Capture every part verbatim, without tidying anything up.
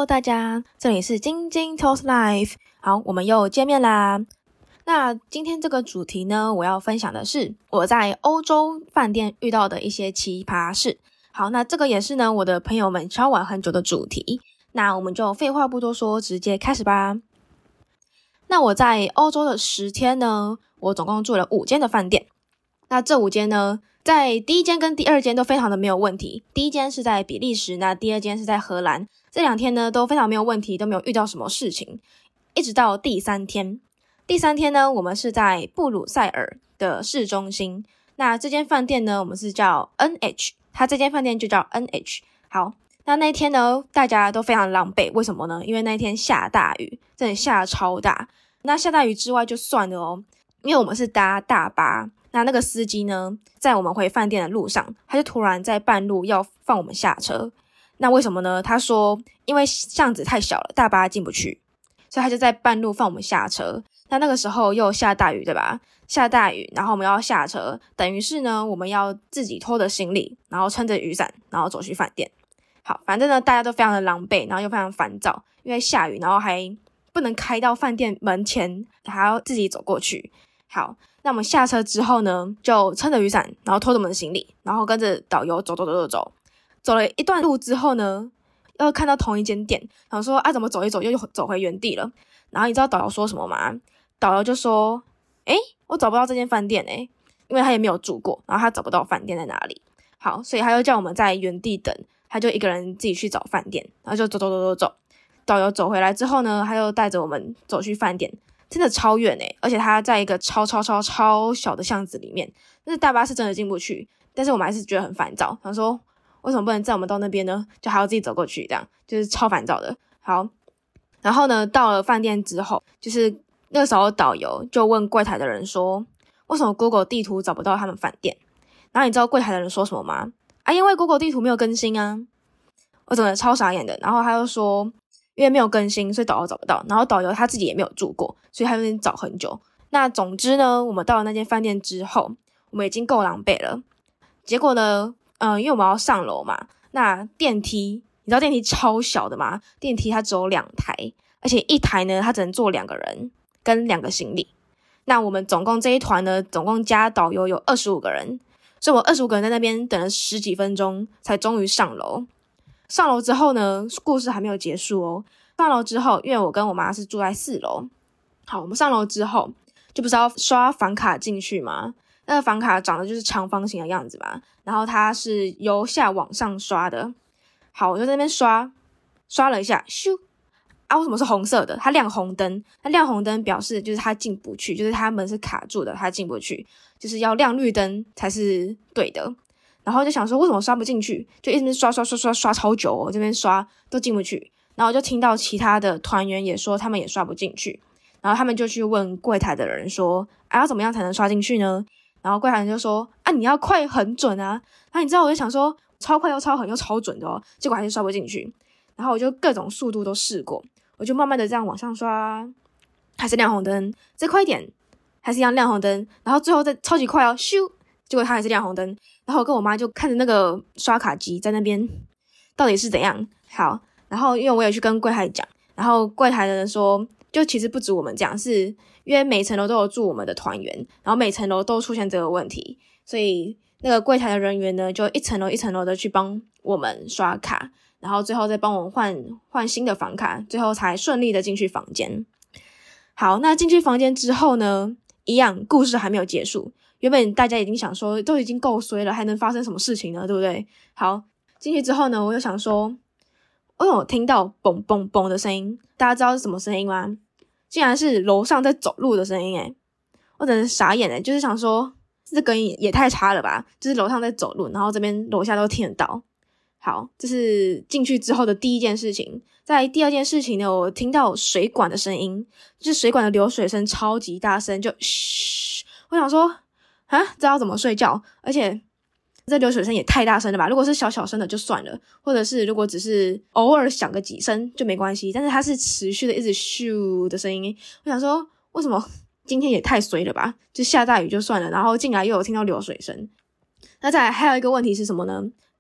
Hello， 大家，这里是晶晶 Toast Life。好，我们又见面啦。那今天这个主题呢，我要分享的是我在欧洲饭店遇到的一些奇葩事。好，那这个也是呢我的朋友们敲碗很久的主题。那我们就废话不多说，直接开始吧。那我在欧洲的十天呢，我总共住了五间的饭店。那这五间呢，在第一间跟第二间都非常的没有问题。第一间是在比利时，那第二间是在荷兰。这两天呢都非常没有问题，都没有遇到什么事情。一直到第三天，第三天呢，我们是在布鲁塞尔的市中心。那这间饭店呢，我们是叫 N H， 它这间饭店就叫 N H。好，那那天呢，大家都非常狼狈，为什么呢？因为那天下大雨，真的下超大。那下大雨之外就算了哦，因为我们是搭大巴。那那个司机呢，在我们回饭店的路上，他就突然在半路要放我们下车。那为什么呢？他说因为巷子太小了，大巴进不去，所以他就在半路放我们下车。那那个时候又下大雨，对吧？下大雨，然后我们要下车，等于是呢我们要自己拖着行李，然后撑着雨伞，然后走去饭店。好，反正呢大家都非常的狼狈，然后又非常烦躁，因为下雨，然后还不能开到饭店门前，还要自己走过去。好，那我们下车之后呢，就撑着雨伞，然后拖着我们的行李，然后跟着导游走走走走走，走了一段路之后呢，又看到同一间店，然后说啊，怎么走一走又走回原地了？然后你知道导游说什么吗？导游就说，诶，我找不到这间饭店诶，因为他也没有住过，然后他找不到饭店在哪里。好，所以他就叫我们在原地等，他就一个人自己去找饭店，然后就走走走走走。导游走回来之后呢，他就带着我们走去饭店。真的超远诶，而且它在一个超超超超小的巷子里面，但是大巴是真的进不去，但是我们还是觉得很烦躁，想说为什么不能载我们到那边呢？就还要自己走过去，这样就是超烦躁的。好，然后呢，到了饭店之后，就是那个时候导游就问柜台的人说，为什么 Google 地图找不到他们饭店？然后你知道柜台的人说什么吗？啊，因为 Google 地图没有更新啊。我真的超傻眼的。然后他又说，因为没有更新，所以导游找不到。然后导游他自己也没有住过，所以他那边找很久。那总之呢，我们到了那间饭店之后，我们已经够狼狈了。结果呢，嗯、呃，因为我们要上楼嘛，那电梯，你知道电梯超小的吗？电梯它只有两台，而且一台呢，它只能坐两个人跟两个行李。那我们总共这一团呢，总共加导游有二十五个人，所以我二十五个人在那边等了十几分钟，才终于上楼。上楼之后呢，故事还没有结束哦。上楼之后，因为我跟我妈是住在四楼，好，我们上楼之后就不是要刷房卡进去吗？那个房卡长得就是长方形的样子嘛，然后它是由下往上刷的。好，我就在那边刷，刷了一下，咻啊！为什么是红色的？它亮红灯，它亮红灯表示就是它进不去，就是它门是卡住的，它进不去，就是要亮绿灯才是对的。然后就想说为什么刷不进去，就一直刷刷刷刷刷超久哦，这边刷都进不去。然后就听到其他的团员也说他们也刷不进去，然后他们就去问柜台的人说啊，要怎么样才能刷进去呢？然后柜台人就说啊，你要快很准啊。然后你知道我就想说超快又超狠又超准的哦，结果还是刷不进去。然后我就各种速度都试过，我就慢慢的这样往上刷，还是亮红灯，再快一点还是一样亮红灯，然后最后再超级快哦，咻，结果它还是亮红灯。然后我跟我妈就看着那个刷卡机在那边到底是怎样。好，然后因为我也去跟柜台讲，然后柜台的人说就其实不止我们这样，是因为每层楼都有住我们的团员，然后每层楼都出现这个问题，所以那个柜台的人员呢就一层楼一层楼的去帮我们刷卡，然后最后再帮我们换换新的房卡，最后才顺利的进去房间。好，那进去房间之后呢，一样故事还没有结束。原本大家已经想说都已经够衰了，还能发生什么事情呢？对不对？好，进去之后呢，我就想说我有听到嘣嘣嘣的声音，大家知道是什么声音吗？竟然是楼上在走路的声音诶，我真的傻眼诶，就是想说这隔音也太差了吧，就是楼上在走路，然后这边楼下都听得到。好，这是进去之后的第一件事情。在第二件事情呢，我听到水管的声音，就是水管的流水声超级大声，就嘘，我想说啊，这要怎么睡觉？而且这流水声也太大声了吧，如果是小小声的就算了，或者是如果只是偶尔响个几声就没关系，但是它是持续的一直咻的声音，我想说为什么今天也太衰了吧，就下大雨就算了，然后进来又有听到流水声。那再来还有一个问题是什么呢？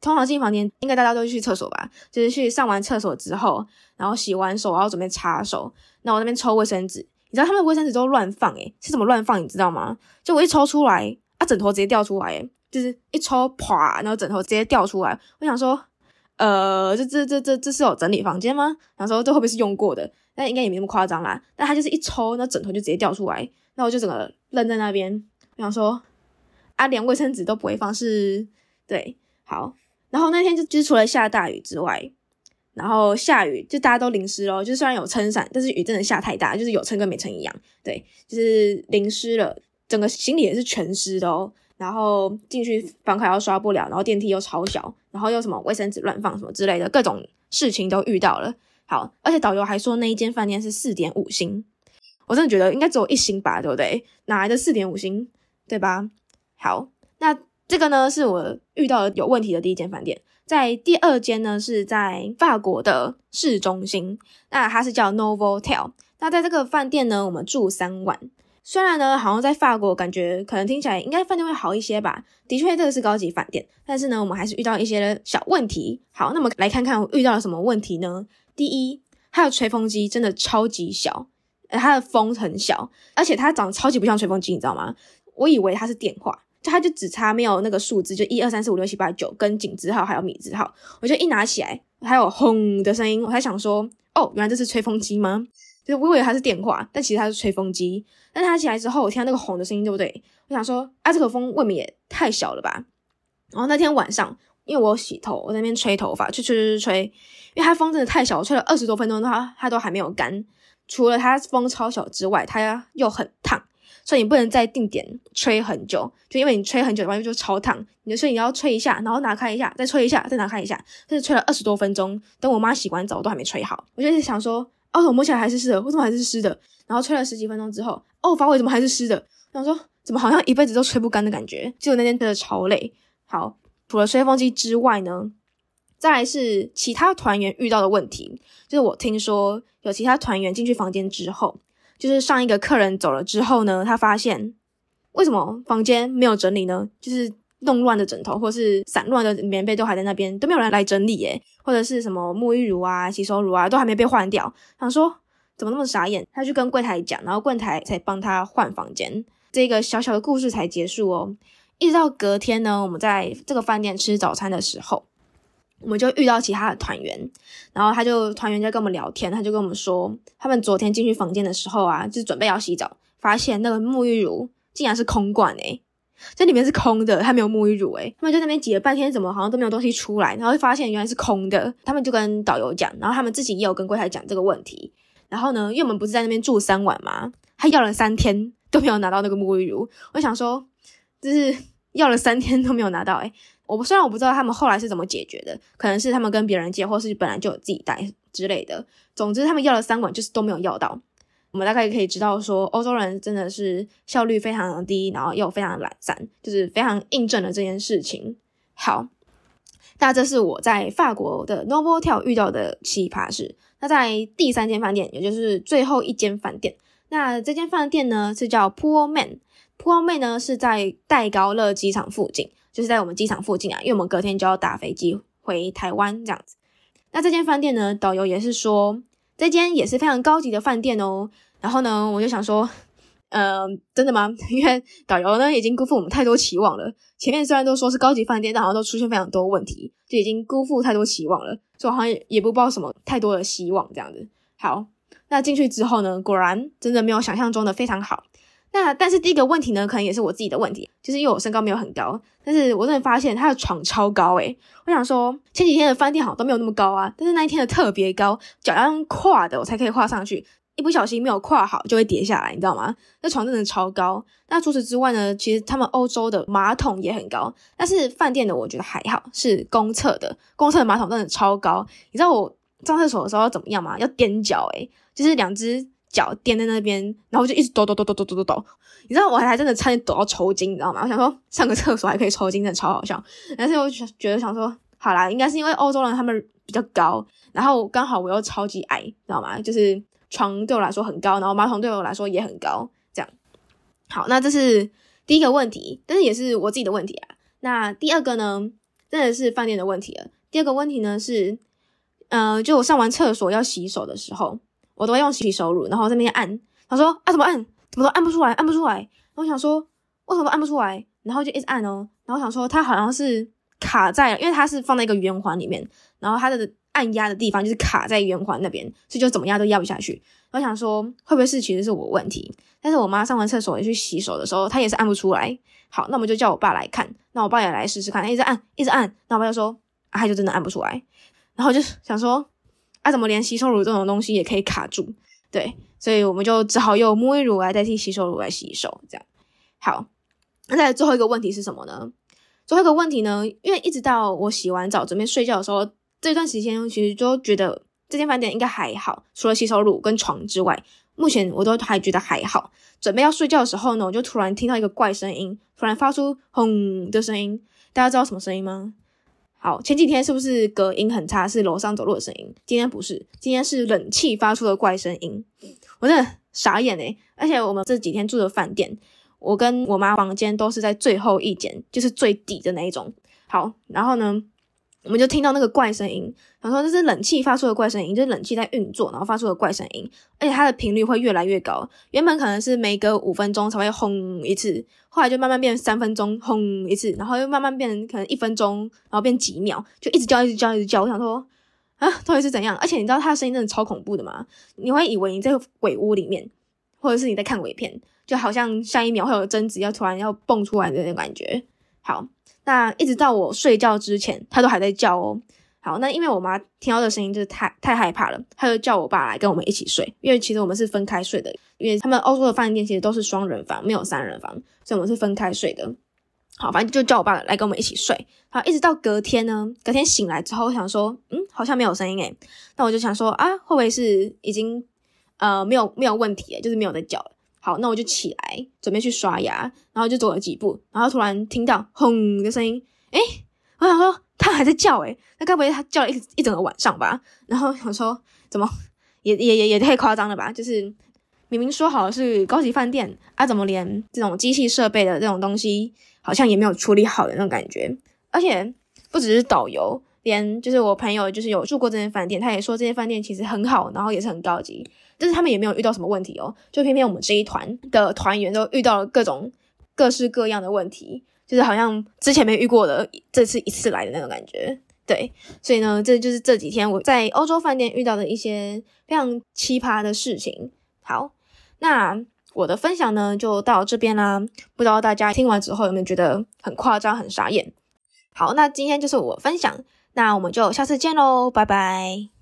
通常进房间应该大家都去厕所吧，就是去上完厕所之后，然后洗完手，然后准备擦手，那我那边抽卫生纸，你知道他们的卫生纸都乱放诶，是怎么乱放你知道吗？就我一抽出来啊，枕头直接掉出来诶，就是一抽啪，然后枕头直接掉出来，我想说呃这这这这这是有整理房间吗？想说这会不会是用过的，但应该也没那么夸张啦，但他就是一抽那枕头就直接掉出来，那我就整个愣在那边，我想说啊连卫生纸都不会放是对好，然后那天就就是除了下大雨之外，然后下雨就大家都淋湿咯，就虽然有撑伞，但是雨真的下太大，就是有撑跟没撑一样，对，就是淋湿了，整个行李也是全湿的哦，然后进去房卡要刷不了，然后电梯又超小，然后又什么卫生纸乱放什么之类的各种事情都遇到了。好，而且导游还说那一间饭店是 四点五 星，我真的觉得应该只有一星吧，对不对？哪来的 四点五 星，对吧？好，那这个呢是我遇到的有问题的第一间饭店。在第二间呢是在法国的市中心，那它是叫 Novotel。 那在这个饭店呢我们住三晚，虽然呢好像在法国感觉可能听起来应该饭店会好一些吧，的确这个是高级饭店，但是呢我们还是遇到一些小问题。好，那么来看看我遇到了什么问题呢？第一，它的吹风机真的超级小，它的风很小，而且它长得超级不像吹风机，你知道吗？我以为它是电话，就它就只差没有那个数字，就一二三四五六七八九跟井字号还有米字号，我就一拿起来还有轰的声音，我才想说哦原来这是吹风机吗？就是我以为它是电话，但其实它是吹风机。但拿起来之后我听到那个轰的声音，对不对？我想说啊这个风未免也太小了吧。然后那天晚上因为我有洗头，我在那边吹头发，吹吹吹吹，因为它风真的太小，我吹了二十多分钟它它都还没有干。除了它风超小之外，它又很烫，所以你不能在定点吹很久，就因为你吹很久的话就超烫，你所以你要吹一下，然后拿开一下，再吹一下，再拿开一下，但是吹了二十多分钟，等我妈洗完澡我都还没吹好。我就一直想说哦我摸起来还是湿的，为什么还是湿的？然后吹了十几分钟之后，哦发尾怎么还是湿的？我想说怎么好像一辈子都吹不干的感觉，结果那天真的超累。好，除了吹风机之外呢，再来是其他团员遇到的问题，就是我听说有其他团员进去房间之后，就是上一个客人走了之后呢，他发现为什么房间没有整理呢？就是弄乱的枕头或是散乱的棉被都还在那边，都没有人来整理耶，或者是什么沐浴乳啊洗手乳啊都还没被换掉，想说怎么那么傻眼，他去跟柜台讲，然后柜台才帮他换房间。这个小小的故事才结束哦。一直到隔天呢，我们在这个饭店吃早餐的时候，我们就遇到其他的团员，然后他就团员在跟我们聊天，他就跟我们说他们昨天进去房间的时候啊，就是准备要洗澡，发现那个沐浴乳竟然是空罐诶，这里面是空的，它没有沐浴乳诶，他们就在那边挤了半天，怎么好像都没有东西出来，然后发现原来是空的。他们就跟导游讲，然后他们自己也有跟柜台讲这个问题，然后呢因为我们不是在那边住三晚嘛，他要了三天都没有拿到那个沐浴乳。我想说就是要了三天都没有拿到诶，我虽然我不知道他们后来是怎么解决的，可能是他们跟别人借，或是本来就有自己带之类的，总之他们要了三晚就是都没有要到。我们大概可以知道说欧洲人真的是效率非常的低，然后又非常懒散，就是非常印证了这件事情。好，那这是我在法国的 Novotel 遇到的奇葩事。那在第三间饭店，也就是最后一间饭店，那这间饭店呢是叫 Pullman。 Pullman 呢是在戴高乐机场附近，就是在我们机场附近啊，因为我们隔天就要打飞机回台湾这样子。那这间饭店呢，导游也是说这间也是非常高级的饭店哦。然后呢我就想说呃，真的吗？因为导游呢已经辜负我们太多期望了，前面虽然都说是高级饭店，但好像都出现非常多问题，就已经辜负太多期望了，所以我好像也不抱什么太多的希望这样子。好，那进去之后呢，果然真的没有想象中的非常好。那但是第一个问题呢，可能也是我自己的问题，就是因为我身高没有很高，但是我真的发现他的床超高诶。我想说前几天的饭店好像都没有那么高啊，但是那一天的特别高，脚要用跨的我才可以跨上去，一不小心没有跨好就会跌下来，你知道吗？那床真的超高。那除此之外呢，其实他们欧洲的马桶也很高，但是饭店的我觉得还好，是公厕的，公厕的马桶真的超高。你知道我上厕所的时候要怎么样吗？要踮脚诶，就是两只脚踮在那边，然后就一直抖抖抖抖抖抖抖抖，你知道我还真的差点抖到抽筋，你知道吗？我想说上个厕所还可以抽筋，真的超好笑。但是我觉得想说好啦，应该是因为欧洲人他们比较高，然后刚好我又超级矮，知道吗？就是床对我来说很高，然后马桶对我来说也很高，这样。好，那这是第一个问题，但是也是我自己的问题啊。那第二个呢， 真的是饭店的问题了。第二个问题呢是，呃，就我上完厕所要洗手的时候，我都会用洗手乳，然后在那边按，他说啊怎么按，怎么都按不出来，按不出来。然后我想说为什么都按不出来，然后就一直按哦，然后我想说它好像是卡在了，因为它是放在一个圆环里面，然后它的按压的地方就是卡在圆环那边，所以就怎么压都压不下去。我想说会不会是其实是我问题，但是我妈上完厕所也去洗手的时候，她也是按不出来。好，那我们就叫我爸来看，那我爸也来试试看，一直按一直按，那我爸就说啊，他就真的按不出来。然后就想说啊，怎么连洗手乳这种东西也可以卡住？对，所以我们就只好用沐浴乳来代替洗手乳来洗手，这样。好，那再来最后一个问题是什么呢？最后一个问题呢，因为一直到我洗完澡准备睡觉的时候，这段时间其实就觉得这间饭店应该还好，除了洗手乳跟床之外，目前我都还觉得还好。准备要睡觉的时候呢，我就突然听到一个怪声音，突然发出轰的声音。大家知道什么声音吗？好，前几天是不是隔音很差，是楼上走路的声音？今天不是，今天是冷气发出的怪声音。我真的傻眼欸！而且我们这几天住的饭店，我跟我妈房间都是在最后一间，就是最底的那一种。好，然后呢，我们就听到那个怪声音，想说这是冷气发出的怪声音，就是冷气在运作然后发出的怪声音，而且它的频率会越来越高，原本可能是每隔五分钟才会轰一次，后来就慢慢变三分钟轰一次，然后又慢慢变成可能一分钟，然后变几秒，就一直叫一直叫一直叫。我想说啊，到底是怎样？而且你知道它的声音真的超恐怖的吗？你会以为你在鬼屋里面，或者是你在看鬼片，就好像下一秒会有贞子要突然要蹦出来的那种感觉。好，那一直到我睡觉之前，他都还在叫哦。好，那因为我妈听到的声音就是太太害怕了，她就叫我爸来跟我们一起睡。因为其实我们是分开睡的，因为他们欧洲的饭店其实都是双人房，没有三人房，所以我们是分开睡的。好，反正就叫我爸来跟我们一起睡。好，一直到隔天呢，隔天醒来之后，我想说，嗯，好像没有声音诶。那我就想说啊，会不会是已经呃没有没有问题诶，就是没有在叫了。好，那我就起来准备去刷牙，然后就走了几步，然后突然听到轰的声音，诶，我想说他还在叫诶，那该不会他叫了一一整个晚上吧？然后想说怎么也也也也太夸张了吧？就是明明说好的是高级饭店啊，怎么连这种机器设备的这种东西好像也没有处理好的那种感觉？而且不只是导游，连就是我朋友就是有住过这间饭店，他也说这间饭店其实很好，然后也是很高级。但是他们也没有遇到什么问题哦，就偏偏我们这一团的团员都遇到了各种各式各样的问题，就是好像之前没遇过的，这次一次来的那种感觉。对，所以呢，这就是这几天我在欧洲饭店遇到的一些非常奇葩的事情。好，那我的分享呢就到这边啦，不知道大家听完之后有没有觉得很夸张、很傻眼？好，那今天就是我分享，那我们就下次见咯，拜拜。